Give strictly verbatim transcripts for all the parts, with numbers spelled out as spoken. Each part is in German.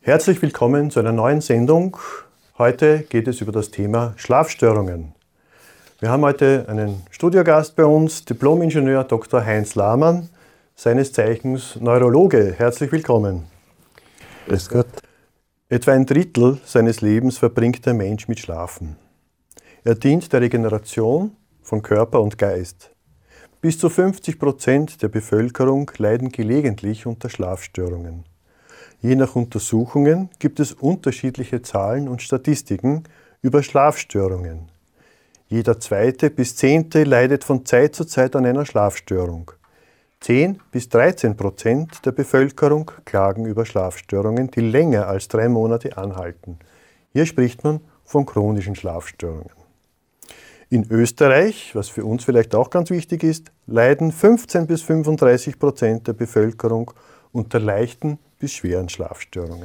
Herzlich willkommen zu einer neuen Sendung. Heute geht es über das Thema Schlafstörungen. Wir haben heute einen Studiogast bei uns, Diplom-Ingenieur Doktor Heinz Lahmann, seines Zeichens Neurologe. Herzlich willkommen. Grüß Gott. Etwa ein Drittel seines Lebens verbringt der Mensch mit Schlafen. Er dient der Regeneration von Körper und Geist. Bis zu fünfzig Prozent der Bevölkerung leiden gelegentlich unter Schlafstörungen. Je nach Untersuchungen gibt es unterschiedliche Zahlen und Statistiken über Schlafstörungen. Jeder zweite bis zehnte leidet von Zeit zu Zeit an einer Schlafstörung. zehn bis dreizehn Prozent der Bevölkerung klagen über Schlafstörungen, die länger als drei Monate anhalten. Hier spricht man von chronischen Schlafstörungen. In Österreich, was für uns vielleicht auch ganz wichtig ist, leiden fünfzehn bis fünfunddreißig Prozent der Bevölkerung unter leichten bis schweren Schlafstörungen.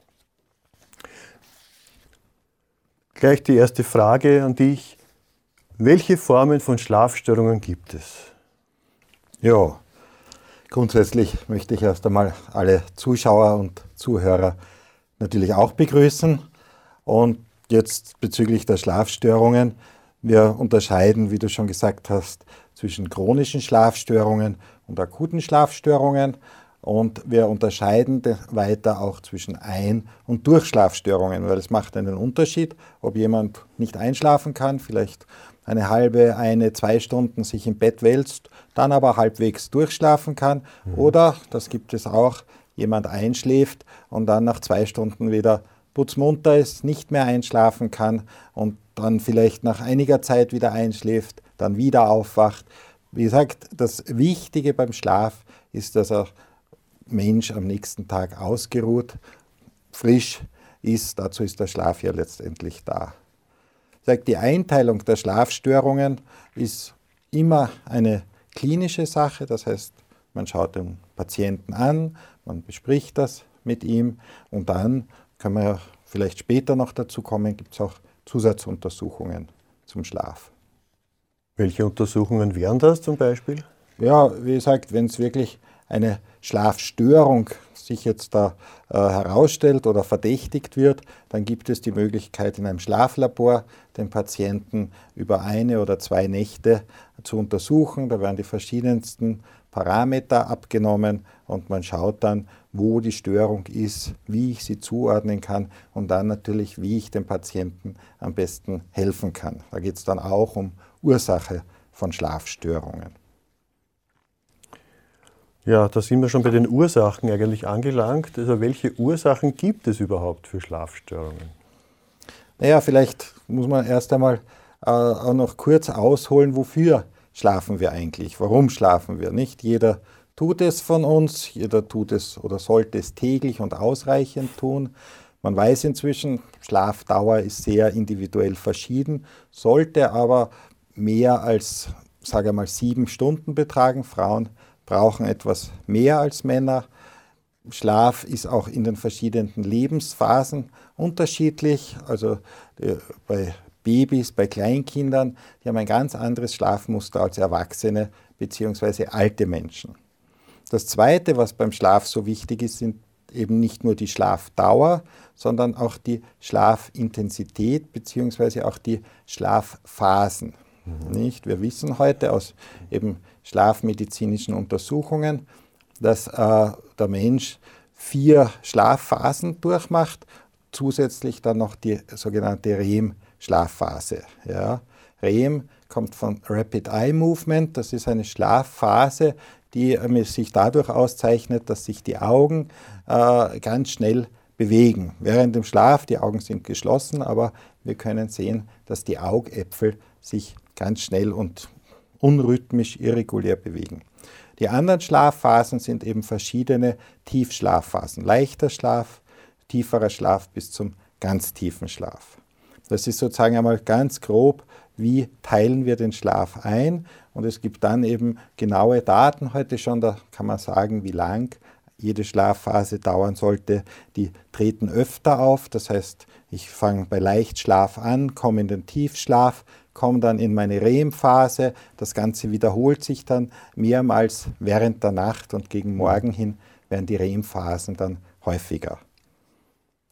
Gleich die erste Frage an dich. Welche Formen von Schlafstörungen gibt es? Ja, grundsätzlich möchte ich erst einmal alle Zuschauer und Zuhörer natürlich auch begrüßen. Und jetzt bezüglich der Schlafstörungen. Wir unterscheiden, wie du schon gesagt hast, zwischen chronischen Schlafstörungen und akuten Schlafstörungen. Und wir unterscheiden weiter auch zwischen Ein- und Durchschlafstörungen, weil es macht einen Unterschied, ob jemand nicht einschlafen kann, vielleicht eine halbe, eine, zwei Stunden sich im Bett wälzt, dann aber halbwegs durchschlafen kann. Mhm. Oder, das gibt es auch, jemand einschläft und dann nach zwei Stunden wieder putzmunter ist, nicht mehr einschlafen kann und dann vielleicht nach einiger Zeit wieder einschläft, dann wieder aufwacht. Wie gesagt, das Wichtige beim Schlaf ist, dass er Mensch am nächsten Tag ausgeruht, frisch ist. Dazu ist der Schlaf ja letztendlich da. Die Einteilung der Schlafstörungen ist immer eine klinische Sache. Das heißt, man schaut den Patienten an, man bespricht das mit ihm und dann können wir ja vielleicht später noch dazu kommen, gibt es auch Zusatzuntersuchungen zum Schlaf. Welche Untersuchungen wären das zum Beispiel? Ja, wie gesagt, wenn es wirklich eine Schlafstörung sich jetzt da äh, herausstellt oder verdächtigt wird, dann gibt es die Möglichkeit, in einem Schlaflabor den Patienten über eine oder zwei Nächte zu untersuchen. Da werden die verschiedensten Parameter abgenommen und man schaut dann, wo die Störung ist, wie ich sie zuordnen kann und dann natürlich, wie ich dem Patienten am besten helfen kann. Da geht es dann auch um Ursache von Schlafstörungen. Ja, da sind wir schon bei den Ursachen eigentlich angelangt. Also welche Ursachen gibt es überhaupt für Schlafstörungen? Naja, vielleicht muss man erst einmal äh, auch noch kurz ausholen, wofür schlafen wir eigentlich? Warum schlafen wir? Nicht jeder tut es von uns, jeder tut es oder sollte es täglich und ausreichend tun. Man weiß inzwischen, Schlafdauer ist sehr individuell verschieden, sollte aber mehr als, sage mal, sieben Stunden betragen. Frauen brauchen etwas mehr als Männer. Schlaf ist auch in den verschiedenen Lebensphasen unterschiedlich. Also äh, bei Babys, bei Kleinkindern, die haben ein ganz anderes Schlafmuster als Erwachsene bzw. alte Menschen. Das Zweite, was beim Schlaf so wichtig ist, sind eben nicht nur die Schlafdauer, sondern auch die Schlafintensität bzw. auch die Schlafphasen. Mhm. Nicht? Wir wissen heute aus eben schlafmedizinischen Untersuchungen, dass äh, der Mensch vier Schlafphasen durchmacht, zusätzlich dann noch die sogenannte R E M-Schlafphase. Ja. R E M kommt von Rapid Eye Movement, das ist eine Schlafphase, die äh, sich dadurch auszeichnet, dass sich die Augen äh, ganz schnell bewegen. Während dem Schlaf, die Augen sind geschlossen, aber wir können sehen, dass die Augäpfel sich ganz schnell und unrhythmisch, irregulär bewegen. Die anderen Schlafphasen sind eben verschiedene Tiefschlafphasen. Leichter Schlaf, tieferer Schlaf bis zum ganz tiefen Schlaf. Das ist sozusagen einmal ganz grob, wie teilen wir den Schlaf ein. Und es gibt dann eben genaue Daten heute schon, da kann man sagen, wie lang jede Schlafphase dauern sollte. Die treten öfter auf, das heißt, ich fange bei Leichtschlaf an, komme in den Tiefschlaf, komme dann in meine R E M-Phase. Das Ganze wiederholt sich dann mehrmals während der Nacht und gegen Morgen hin werden die R E M-Phasen dann häufiger.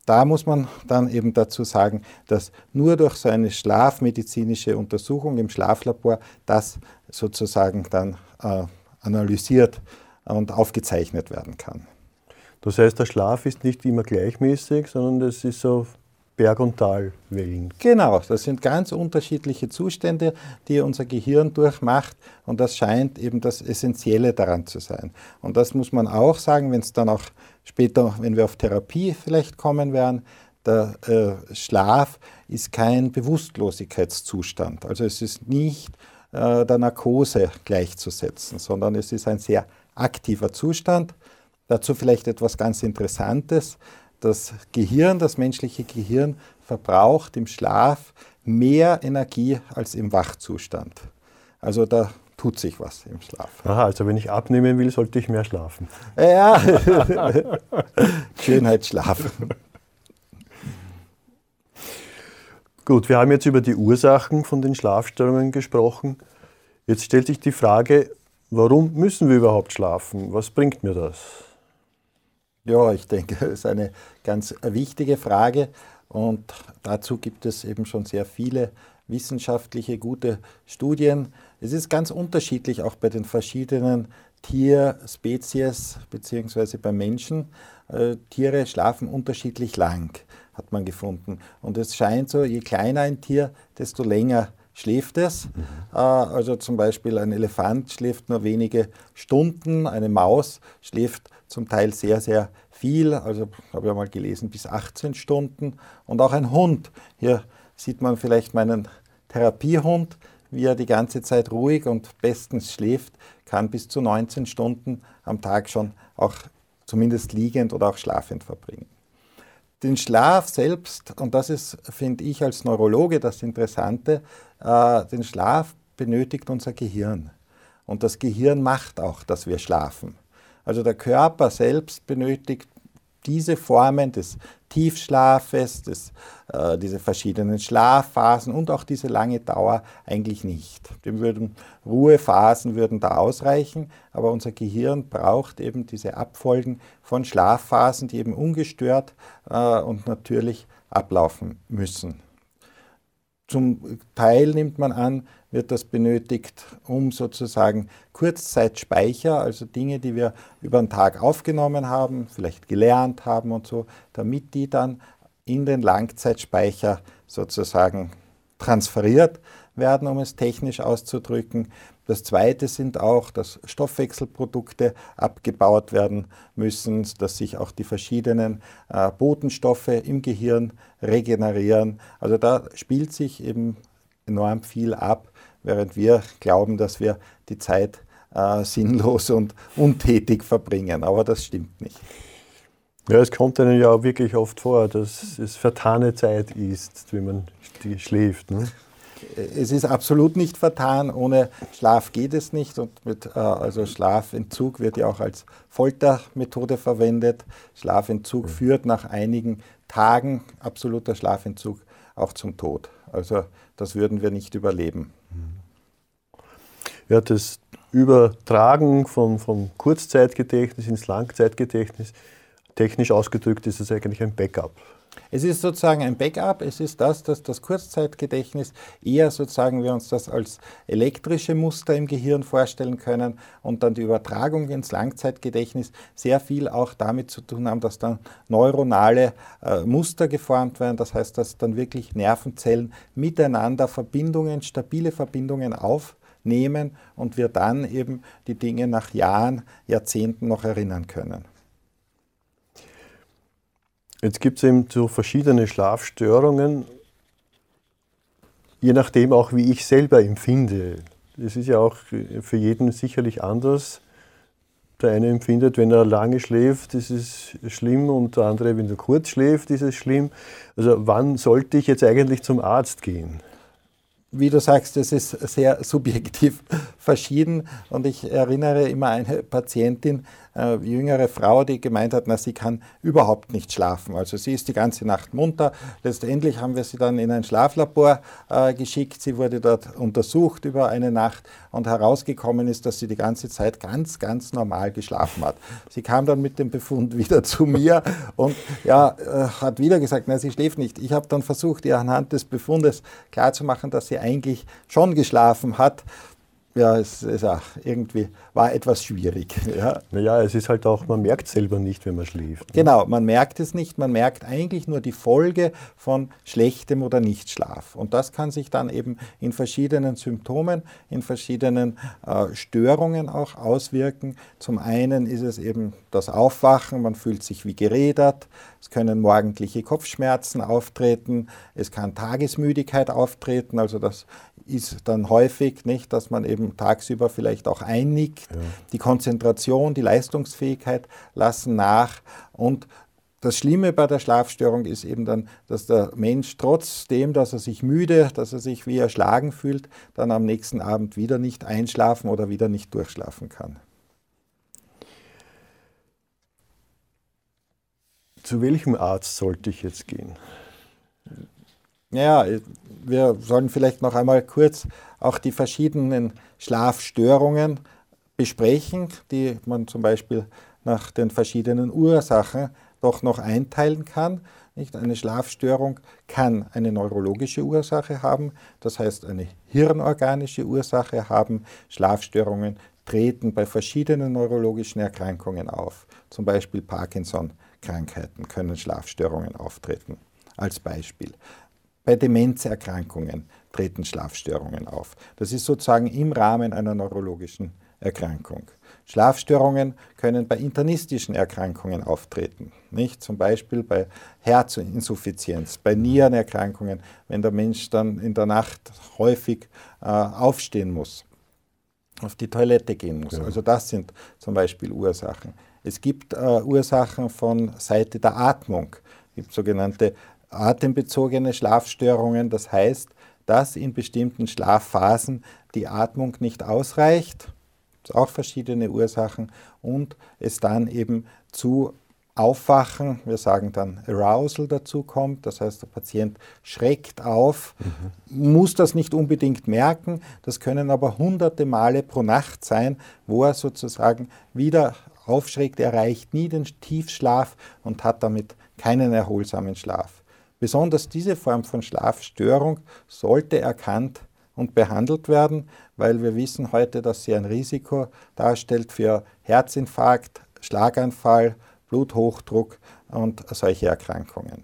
da muss man dann eben dazu sagen, dass nur durch so eine schlafmedizinische Untersuchung im Schlaflabor das sozusagen dann äh, analysiert und aufgezeichnet werden kann. Das heißt, der Schlaf ist nicht immer gleichmäßig, sondern das ist so Berg- und Talwellen. Genau, das sind ganz unterschiedliche Zustände, die unser Gehirn durchmacht, und das scheint eben das Essentielle daran zu sein. Und das muss man auch sagen, wenn es dann auch später, wenn wir auf Therapie vielleicht kommen werden, der äh, Schlaf ist kein Bewusstlosigkeitszustand. Also es ist nicht äh, der Narkose gleichzusetzen, sondern es ist ein sehr aktiver Zustand. Dazu vielleicht etwas ganz Interessantes. Das Gehirn, das menschliche Gehirn, verbraucht im Schlaf mehr Energie als im Wachzustand. Also da tut sich was im Schlaf. Aha, also wenn ich abnehmen will, sollte ich mehr schlafen. Ja, Schönheitsschlaf. Gut, wir haben jetzt über die Ursachen von den Schlafstörungen gesprochen. Jetzt stellt sich die Frage, warum müssen wir überhaupt schlafen? Was bringt mir das? Ja, ich denke, das ist eine ganz wichtige Frage, und dazu gibt es eben schon sehr viele wissenschaftliche gute Studien. Es ist ganz unterschiedlich auch bei den verschiedenen Tierspezies bzw. bei Menschen. Äh, Tiere schlafen unterschiedlich lang, hat man gefunden. Und es scheint so, je kleiner ein Tier, desto länger schläft es. Mhm. Äh, also zum Beispiel ein Elefant schläft nur wenige Stunden, eine Maus schläft zum Teil sehr, sehr viel, also habe ich mal gelesen, bis achtzehn Stunden. Und auch ein Hund, hier sieht man vielleicht meinen Therapiehund, wie er die ganze Zeit ruhig und bestens schläft, kann bis zu neunzehn Stunden am Tag schon auch zumindest liegend oder auch schlafend verbringen. Den Schlaf selbst, und das ist, finde ich als Neurologe das Interessante, äh, den Schlaf benötigt unser Gehirn. Und das Gehirn macht auch, dass wir schlafen. Also der Körper selbst benötigt diese Formen des Tiefschlafes, des, äh, diese verschiedenen Schlafphasen und auch diese lange Dauer eigentlich nicht. Dem würden, Ruhephasen würden da ausreichen, aber unser Gehirn braucht eben diese Abfolgen von Schlafphasen, die eben ungestört äh, und natürlich ablaufen müssen. Zum Teil nimmt man an, wird das benötigt, um sozusagen Kurzzeitspeicher, also Dinge, die wir über den Tag aufgenommen haben, vielleicht gelernt haben und so, damit die dann in den Langzeitspeicher sozusagen transferiert werden, um es technisch auszudrücken. Das Zweite sind auch, dass Stoffwechselprodukte abgebaut werden müssen, dass sich auch die verschiedenen äh, Botenstoffe im Gehirn regenerieren. Also da spielt sich eben enorm viel ab, während wir glauben, dass wir die Zeit äh, sinnlos und untätig verbringen. Aber das stimmt nicht. Ja, es kommt einem ja auch wirklich oft vor, dass es vertane Zeit ist, wenn man schläft, ne? Es ist absolut nicht vertan, ohne Schlaf geht es nicht, und mit, äh, also Schlafentzug wird ja auch als Foltermethode verwendet. Schlafentzug führt nach einigen Tagen, absoluter Schlafentzug, auch zum Tod. Also das würden wir nicht überleben. Ja, das Übertragen vom, vom Kurzzeitgedächtnis ins Langzeitgedächtnis, technisch ausgedrückt ist es eigentlich ein Backup. Es ist sozusagen ein Backup, es ist das, dass das Kurzzeitgedächtnis eher sozusagen wir uns das als elektrische Muster im Gehirn vorstellen können, und dann die Übertragung ins Langzeitgedächtnis sehr viel auch damit zu tun haben, dass dann neuronale äh, Muster geformt werden, das heißt, dass dann wirklich Nervenzellen miteinander Verbindungen, stabile Verbindungen aufnehmen und wir dann eben die Dinge nach Jahren, Jahrzehnten noch erinnern können. Jetzt gibt es eben so verschiedene Schlafstörungen, je nachdem auch, wie ich selber empfinde. Das ist ja auch für jeden sicherlich anders. Der eine empfindet, wenn er lange schläft, ist es schlimm, und der andere, wenn er kurz schläft, ist es schlimm. Also wann sollte ich jetzt eigentlich zum Arzt gehen? Wie du sagst, es ist sehr subjektiv verschieden, und ich erinnere immer eine Patientin, äh, jüngere Frau, die gemeint hat, na, sie kann überhaupt nicht schlafen. Also sie ist die ganze Nacht munter. Letztendlich haben wir sie dann in ein Schlaflabor äh, geschickt. Sie wurde dort untersucht über eine Nacht und herausgekommen ist, dass sie die ganze Zeit ganz, ganz normal geschlafen hat. Sie kam dann mit dem Befund wieder zu mir und ja, äh, hat wieder gesagt, na, sie schläft nicht. Ich habe dann versucht, ihr anhand des Befundes klarzumachen, dass sie eigentlich schon geschlafen hat. Ja, es, es auch irgendwie war etwas schwierig. Ja. Naja, es ist halt auch, man merkt selber nicht, wenn man schläft. Ne? Genau, man merkt es nicht, man merkt eigentlich nur die Folge von schlechtem oder Nichtschlaf. Und das kann sich dann eben in verschiedenen Symptomen, in verschiedenen äh, Störungen auch auswirken. Zum einen ist es eben das Aufwachen, man fühlt sich wie gerädert, es können morgendliche Kopfschmerzen auftreten, es kann Tagesmüdigkeit auftreten, also das ist dann häufig, nicht, dass man eben tagsüber vielleicht auch einnickt. Ja. Die Konzentration, die Leistungsfähigkeit lassen nach. Und das Schlimme bei der Schlafstörung ist eben dann, dass der Mensch trotzdem, dass er sich müde, dass er sich wie erschlagen fühlt, dann am nächsten Abend wieder nicht einschlafen oder wieder nicht durchschlafen kann. Zu welchem Arzt sollte ich jetzt gehen? Ja, wir sollen vielleicht noch einmal kurz auch die verschiedenen Schlafstörungen besprechen, die man zum Beispiel nach den verschiedenen Ursachen doch noch einteilen kann. Nicht? Eine Schlafstörung kann eine neurologische Ursache haben, das heißt eine hirnorganische Ursache haben. Schlafstörungen treten bei verschiedenen neurologischen Erkrankungen auf. Zum Beispiel Parkinson-Krankheiten können Schlafstörungen auftreten, als Beispiel. Bei Demenzerkrankungen treten Schlafstörungen auf. Das ist sozusagen im Rahmen einer neurologischen Erkrankung. Schlafstörungen können bei internistischen Erkrankungen auftreten, nicht? Zum Beispiel bei Herzinsuffizienz, bei Nierenerkrankungen, wenn der Mensch dann in der Nacht häufig äh, aufstehen muss, auf die Toilette gehen muss. Ja. Also das sind zum Beispiel Ursachen. Es gibt äh, Ursachen von Seite der Atmung. Es gibt sogenannte atembezogene Schlafstörungen, das heißt, dass in bestimmten Schlafphasen die Atmung nicht ausreicht, das sind auch verschiedene Ursachen, und es dann eben zu Aufwachen, wir sagen dann Arousal dazu kommt, das heißt, der Patient schreckt auf, mhm. muss das nicht unbedingt merken, das können aber hunderte Male pro Nacht sein, wo er sozusagen wieder aufschreckt, erreicht nie den Tiefschlaf und hat damit keinen erholsamen Schlaf. Besonders diese Form von Schlafstörung sollte erkannt und behandelt werden, weil wir wissen heute, dass sie ein Risiko darstellt für Herzinfarkt, Schlaganfall, Bluthochdruck und solche Erkrankungen.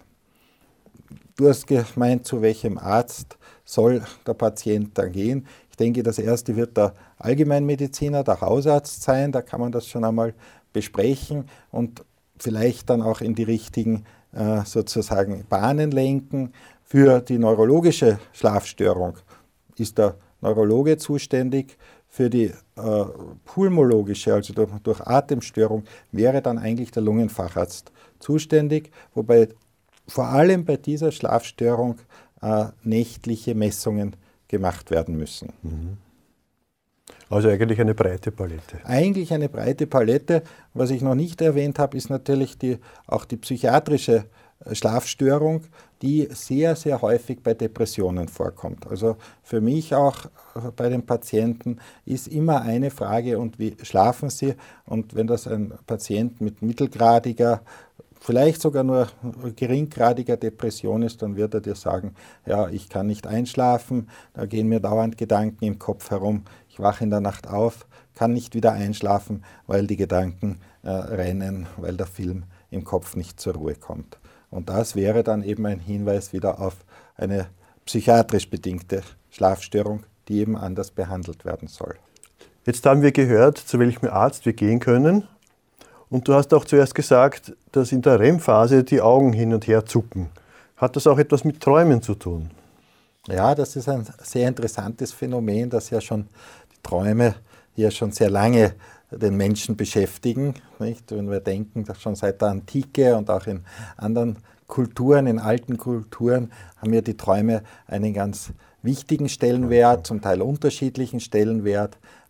Du hast gemeint, zu welchem Arzt soll der Patient dann gehen? Ich denke, das erste wird der Allgemeinmediziner, der Hausarzt sein. Da kann man das schon einmal besprechen und vielleicht dann auch in die richtigen äh, sozusagen Bahnen lenken. Für die neurologische Schlafstörung ist der Neurologe zuständig. Für die äh, pulmologische, also durch, durch Atemstörung, wäre dann eigentlich der Lungenfacharzt zuständig, wobei vor allem bei dieser Schlafstörung äh, nächtliche Messungen gemacht werden müssen. Mhm. Also eigentlich eine breite Palette. Eigentlich eine breite Palette. Was ich noch nicht erwähnt habe, ist natürlich die, auch die psychiatrische Schlafstörung, die sehr, sehr häufig bei Depressionen vorkommt. Also für mich auch bei den Patienten ist immer eine Frage, und wie schlafen sie? Und wenn das ein Patient mit mittelgradiger, vielleicht sogar nur geringgradiger Depression ist, dann wird er dir sagen, ja, ich kann nicht einschlafen, da gehen mir dauernd Gedanken im Kopf herum, ich wache in der Nacht auf, kann nicht wieder einschlafen, weil die Gedanken äh, rennen, weil der Film im Kopf nicht zur Ruhe kommt. Und das wäre dann eben ein Hinweis wieder auf eine psychiatrisch bedingte Schlafstörung, die eben anders behandelt werden soll. Jetzt haben wir gehört, zu welchem Arzt wir gehen können. Und du hast auch zuerst gesagt, dass in der R E M-Phase die Augen hin und her zucken. Hat das auch etwas mit Träumen zu tun? Ja, das ist ein sehr interessantes Phänomen, das ja schon die Träume ja schon sehr lange den Menschen beschäftigen. Nicht? Wenn wir denken, dass schon seit der Antike und auch in anderen Kulturen, in alten Kulturen, haben ja die Träume einen ganz wichtigen Stellenwert, zum Teil unterschiedlichen Stellenwert.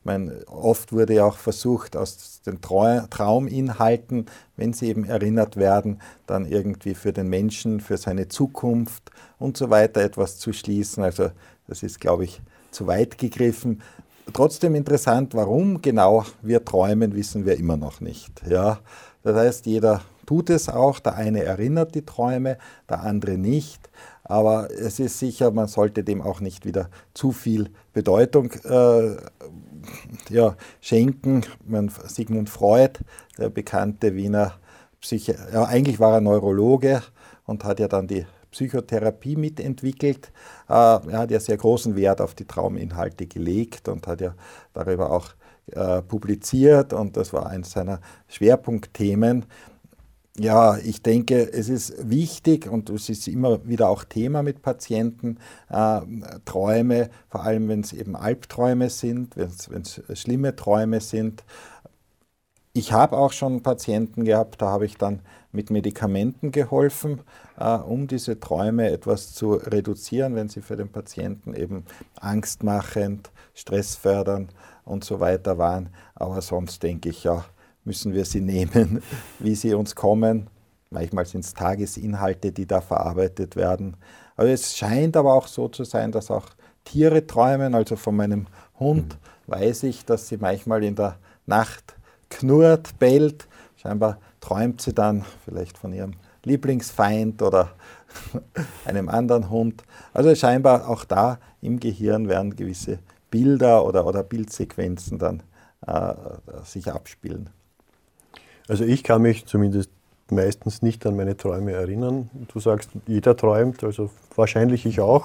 meine, oft wurde ja auch versucht, aus den Trau Trauminhalten, wenn sie eben erinnert werden, dann irgendwie für den Menschen, für seine Zukunft und so weiter etwas zu schließen. Also das ist, glaube ich, zu weit gegriffen. Trotzdem interessant, warum genau wir träumen, wissen wir immer noch nicht. Ja? Das heißt, jeder tut es auch, der eine erinnert die Träume, der andere nicht. Aber es ist sicher, man sollte dem auch nicht wieder zu viel Bedeutung äh, ja, schenken. Man, Sigmund Freud, der bekannte Wiener Psychiater, ja, eigentlich war er Neurologe und hat ja dann die Psychotherapie mitentwickelt. Äh, er hat ja sehr großen Wert auf die Trauminhalte gelegt und hat ja darüber auch äh, publiziert, und das war eines seiner Schwerpunktthemen. Ja, ich denke, es ist wichtig, und es ist immer wieder auch Thema mit Patienten, äh, Träume, vor allem wenn es eben Albträume sind, wenn es schlimme Träume sind. Ich habe auch schon Patienten gehabt, da habe ich dann mit Medikamenten geholfen, äh, um diese Träume etwas zu reduzieren, wenn sie für den Patienten eben angstmachend, stressfördernd und so weiter waren. Aber sonst denke ich, ja, müssen wir sie nehmen, wie sie uns kommen. Manchmal sind es Tagesinhalte, die da verarbeitet werden. Aber es scheint aber auch so zu sein, dass auch Tiere träumen. Also von meinem Hund mhm. weiß ich, dass sie manchmal in der Nacht knurrt, bellt. Scheinbar träumt sie dann vielleicht von ihrem Lieblingsfeind oder einem anderen Hund. Also scheinbar auch da im Gehirn werden gewisse Bilder oder, oder Bildsequenzen dann äh, sich abspielen. Also ich kann mich zumindest meistens nicht an meine Träume erinnern. Du sagst, jeder träumt, also wahrscheinlich ich auch.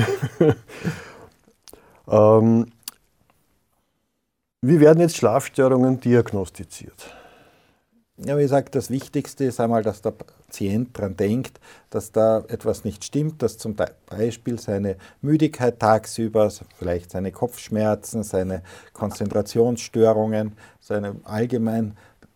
ähm, wie werden jetzt Schlafstörungen diagnostiziert? Ja, wie gesagt, das Wichtigste ist einmal, dass der Patient daran denkt, dass da etwas nicht stimmt, dass zum Beispiel seine Müdigkeit tagsüber, vielleicht seine Kopfschmerzen, seine Konzentrationsstörungen, seine allgemein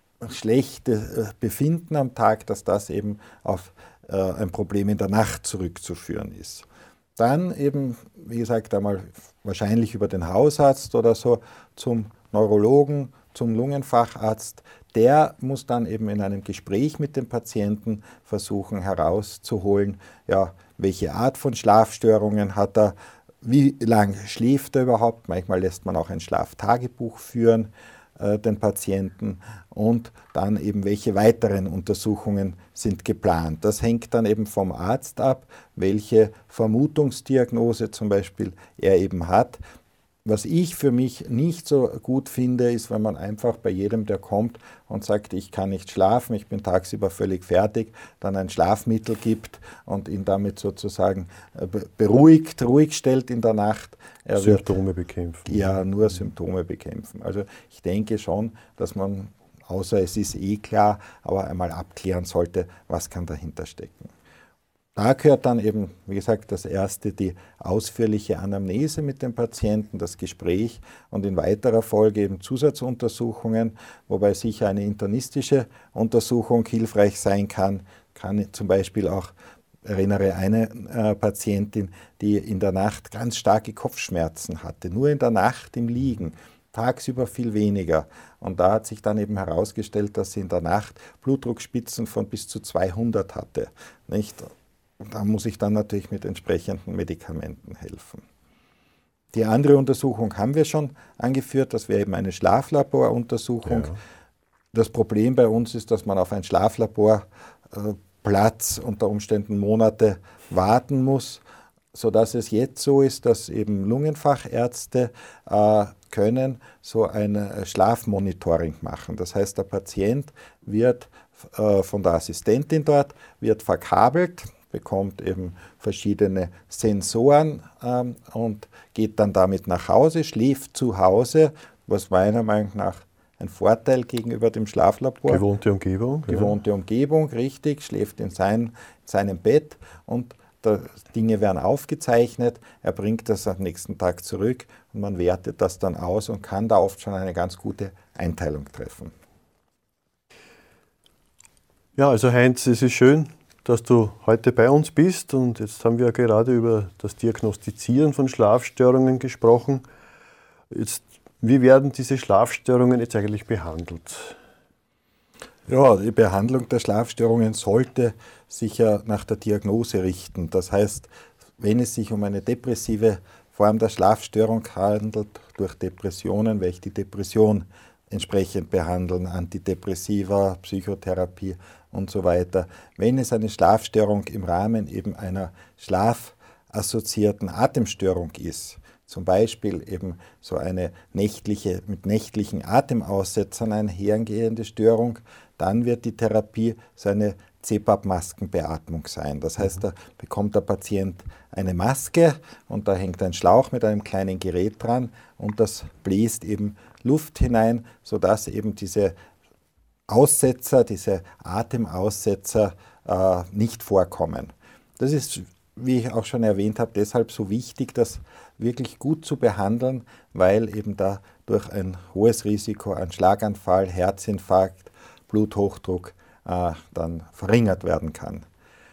schlechte Befinden am Tag, dass das eben auf äh, ein Problem in der Nacht zurückzuführen ist. Dann eben, wie gesagt, einmal wahrscheinlich über den Hausarzt oder so zum Neurologen, zum Lungenfacharzt. Der muss dann eben in einem Gespräch mit dem Patienten versuchen herauszuholen, ja, welche Art von Schlafstörungen hat er, wie lange schläft er überhaupt. Manchmal lässt man auch ein Schlaftagebuch führen, äh, den Patienten, und dann eben welche weiteren Untersuchungen sind geplant. Das hängt dann eben vom Arzt ab, welche Vermutungsdiagnose zum Beispiel er eben hat. Was ich für mich nicht so gut finde, ist, wenn man einfach bei jedem, der kommt und sagt, ich kann nicht schlafen, ich bin tagsüber völlig fertig, dann ein Schlafmittel gibt und ihn damit sozusagen beruhigt, ruhig stellt in der Nacht. Er Symptome wird, bekämpfen. Ja, nur Symptome bekämpfen. Also ich denke schon, dass man, außer es ist eh klar, aber einmal abklären sollte, was kann dahinter stecken. Da gehört dann eben, wie gesagt, das erste, die ausführliche Anamnese mit dem Patienten, das Gespräch, und in weiterer Folge eben Zusatzuntersuchungen, wobei sicher eine internistische Untersuchung hilfreich sein kann. Kann zum Beispiel auch, erinnere eine äh, Patientin, die in der Nacht ganz starke Kopfschmerzen hatte, nur in der Nacht im Liegen. Tagsüber viel weniger. Und da hat sich dann eben herausgestellt, dass sie in der Nacht Blutdruckspitzen von bis zu zweihundert hatte. Nicht? Da muss ich dann natürlich mit entsprechenden Medikamenten helfen. Die andere Untersuchung haben wir schon angeführt, das wäre eben eine Schlaflaboruntersuchung. Ja. Das Problem bei uns ist, dass man auf einen Schlaflaborplatz unter Umständen Monate warten muss, sodass es jetzt so ist, dass eben Lungenfachärzte äh, können so ein Schlafmonitoring machen. Das heißt, der Patient wird äh, von der Assistentin dort wird verkabelt, bekommt eben verschiedene Sensoren ähm, und geht dann damit nach Hause, schläft zu Hause, was meiner Meinung nach ein Vorteil gegenüber dem Schlaflabor. Gewohnte Umgebung. Gewohnte ja. Umgebung, richtig, schläft in, sein, in seinem Bett, und die Dinge werden aufgezeichnet, er bringt das am nächsten Tag zurück und man wertet das dann aus und kann da oft schon eine ganz gute Einteilung treffen. Ja, also Heinz, es ist schön, dass du heute bei uns bist, und jetzt haben wir gerade über das Diagnostizieren von Schlafstörungen gesprochen. Jetzt Wie werden diese Schlafstörungen jetzt eigentlich behandelt? Ja, die Behandlung der Schlafstörungen sollte sich ja nach der Diagnose richten. Das heißt, wenn es sich um eine depressive Form der Schlafstörung handelt, durch Depressionen, werde ich die Depression entsprechend behandeln, Antidepressiva, Psychotherapie und so weiter. Wenn es eine Schlafstörung im Rahmen eben einer schlafassoziierten Atemstörung ist, zum Beispiel eben so eine nächtliche, mit nächtlichen Atemaussetzern einhergehende Störung, dann wird die Therapie so eine C PAP-Maskenbeatmung sein. Das heißt, da bekommt der Patient eine Maske und da hängt ein Schlauch mit einem kleinen Gerät dran und das bläst eben Luft hinein, sodass eben diese Aussetzer, diese Atemaussetzer äh, nicht vorkommen. Das ist, wie ich auch schon erwähnt habe, deshalb so wichtig, das wirklich gut zu behandeln, weil eben da durch ein hohes Risiko an Schlaganfall, Herzinfarkt, Bluthochdruck äh, dann verringert werden kann.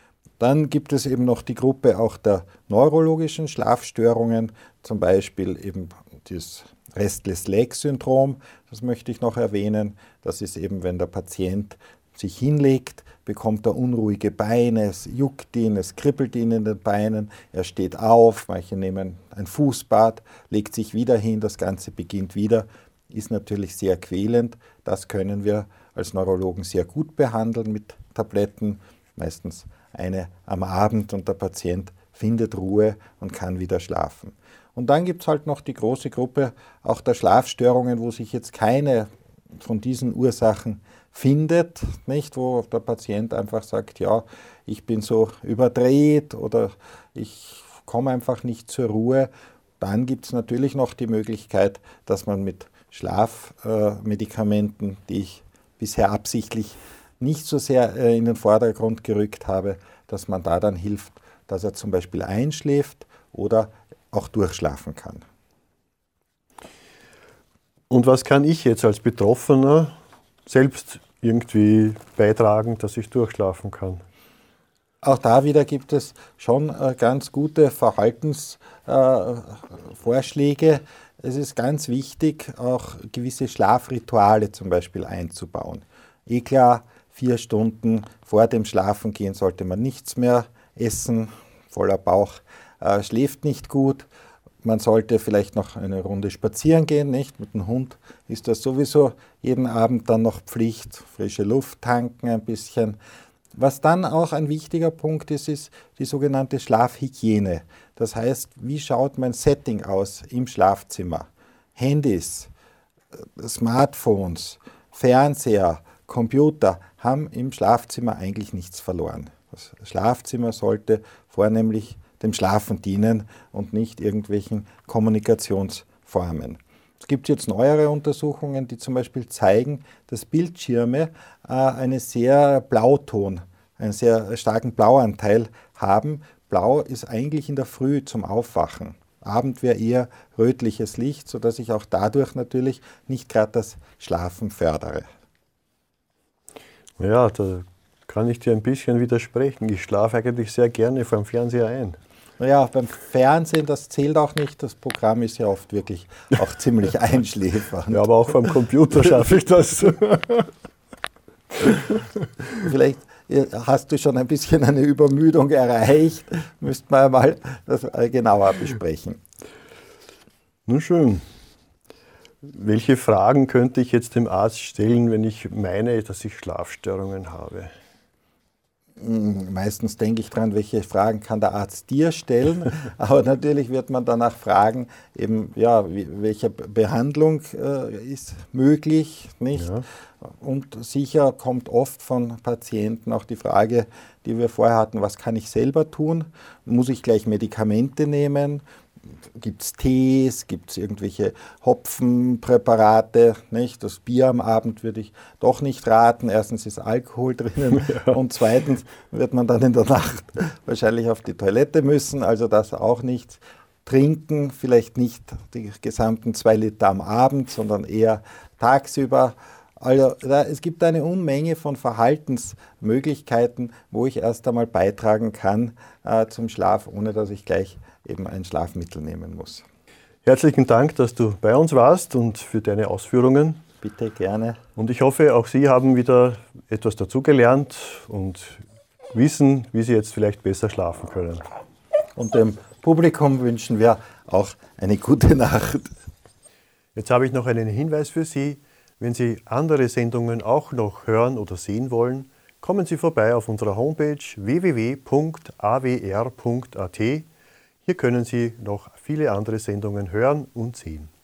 Dann gibt es eben noch die Gruppe auch der neurologischen Schlafstörungen, zum Beispiel eben das Restless-Leg-Syndrom, das möchte ich noch erwähnen. Das ist eben, wenn der Patient sich hinlegt, bekommt er unruhige Beine, es juckt ihn, es kribbelt ihn in den Beinen, er steht auf, manche nehmen ein Fußbad, legt sich wieder hin, das Ganze beginnt wieder, ist natürlich sehr quälend. Das können wir als Neurologen sehr gut behandeln mit Tabletten, meistens eine am Abend und der Patient findet Ruhe und kann wieder schlafen. Und dann gibt es halt noch die große Gruppe auch der Schlafstörungen, wo sich jetzt keine von diesen Ursachen findet, nicht, wo der Patient einfach sagt, ja, ich bin so überdreht oder ich komme einfach nicht zur Ruhe. Dann gibt es natürlich noch die Möglichkeit, dass man mit Schlafmedikamenten, äh, die ich bisher absichtlich nicht so sehr äh, in den Vordergrund gerückt habe, dass man da dann hilft, dass er zum Beispiel einschläft oder auch durchschlafen kann. Und was kann ich jetzt als Betroffener selbst irgendwie beitragen, dass ich durchschlafen kann? Auch da wieder gibt es schon äh, ganz gute Verhaltensvorschläge. Äh, es ist ganz wichtig, auch gewisse Schlafrituale zum Beispiel einzubauen. Eh klar, vier Stunden vor dem Schlafengehen sollte man nichts mehr essen, voller Bauch äh, schläft nicht gut. Man sollte vielleicht noch eine Runde spazieren gehen, nicht? Mit dem Hund ist das sowieso jeden Abend dann noch Pflicht, frische Luft tanken ein bisschen. Was dann auch ein wichtiger Punkt ist, ist die sogenannte Schlafhygiene. Das heißt, wie schaut mein Setting aus im Schlafzimmer? Handys, Smartphones, Fernseher, Computer haben im Schlafzimmer eigentlich nichts verloren. Das Schlafzimmer sollte vornehmlich dem Schlafen dienen und nicht irgendwelchen Kommunikationsformen. Es gibt jetzt neuere Untersuchungen, die zum Beispiel zeigen, dass Bildschirme äh, eine sehr Blauton, einen sehr starken Blauanteil haben. Blau ist eigentlich in der Früh zum Aufwachen. Abend wäre eher rötliches Licht, sodass ich auch dadurch natürlich nicht gerade das Schlafen fördere. Ja, da kann ich dir ein bisschen widersprechen. Ich schlafe eigentlich sehr gerne vor dem Fernseher ein. Naja, beim Fernsehen, das zählt auch nicht. Das Programm ist ja oft wirklich auch ziemlich einschläfernd. Ja, aber auch vom Computer schaffe ich das. Vielleicht hast du schon ein bisschen eine Übermüdung erreicht. Müsste man mal das genauer besprechen. Nun schön. Welche Fragen könnte ich jetzt dem Arzt stellen, wenn ich meine, dass ich Schlafstörungen habe? Meistens denke ich dran, welche Fragen kann der Arzt dir stellen, aber natürlich wird man danach fragen, eben, ja, welche Behandlung äh, ist möglich, nicht? Ja. Und sicher kommt oft von Patienten auch die Frage, die wir vorher hatten, was kann ich selber tun? Muss ich gleich Medikamente nehmen? Gibt es Tees, gibt es irgendwelche Hopfenpräparate, nicht? Das Bier am Abend würde ich doch nicht raten. Erstens ist Alkohol drinnen ja. Und zweitens wird man dann in der Nacht wahrscheinlich auf die Toilette müssen, also das auch nicht. Trinken, vielleicht nicht die gesamten zwei Liter am Abend, sondern eher tagsüber. Also da, es gibt eine Unmenge von Verhaltensmöglichkeiten, wo ich erst einmal beitragen kann äh, zum Schlaf, ohne dass ich gleich eben ein Schlafmittel nehmen muss. Herzlichen Dank, dass du bei uns warst und für deine Ausführungen. Bitte, gerne. Und ich hoffe, auch Sie haben wieder etwas dazugelernt und wissen, wie Sie jetzt vielleicht besser schlafen können. Und dem Publikum wünschen wir auch eine gute Nacht. Jetzt habe ich noch einen Hinweis für Sie. Wenn Sie andere Sendungen auch noch hören oder sehen wollen, kommen Sie vorbei auf unserer Homepage w w w punkt a w r punkt a t. Hier können Sie noch viele andere Sendungen hören und sehen.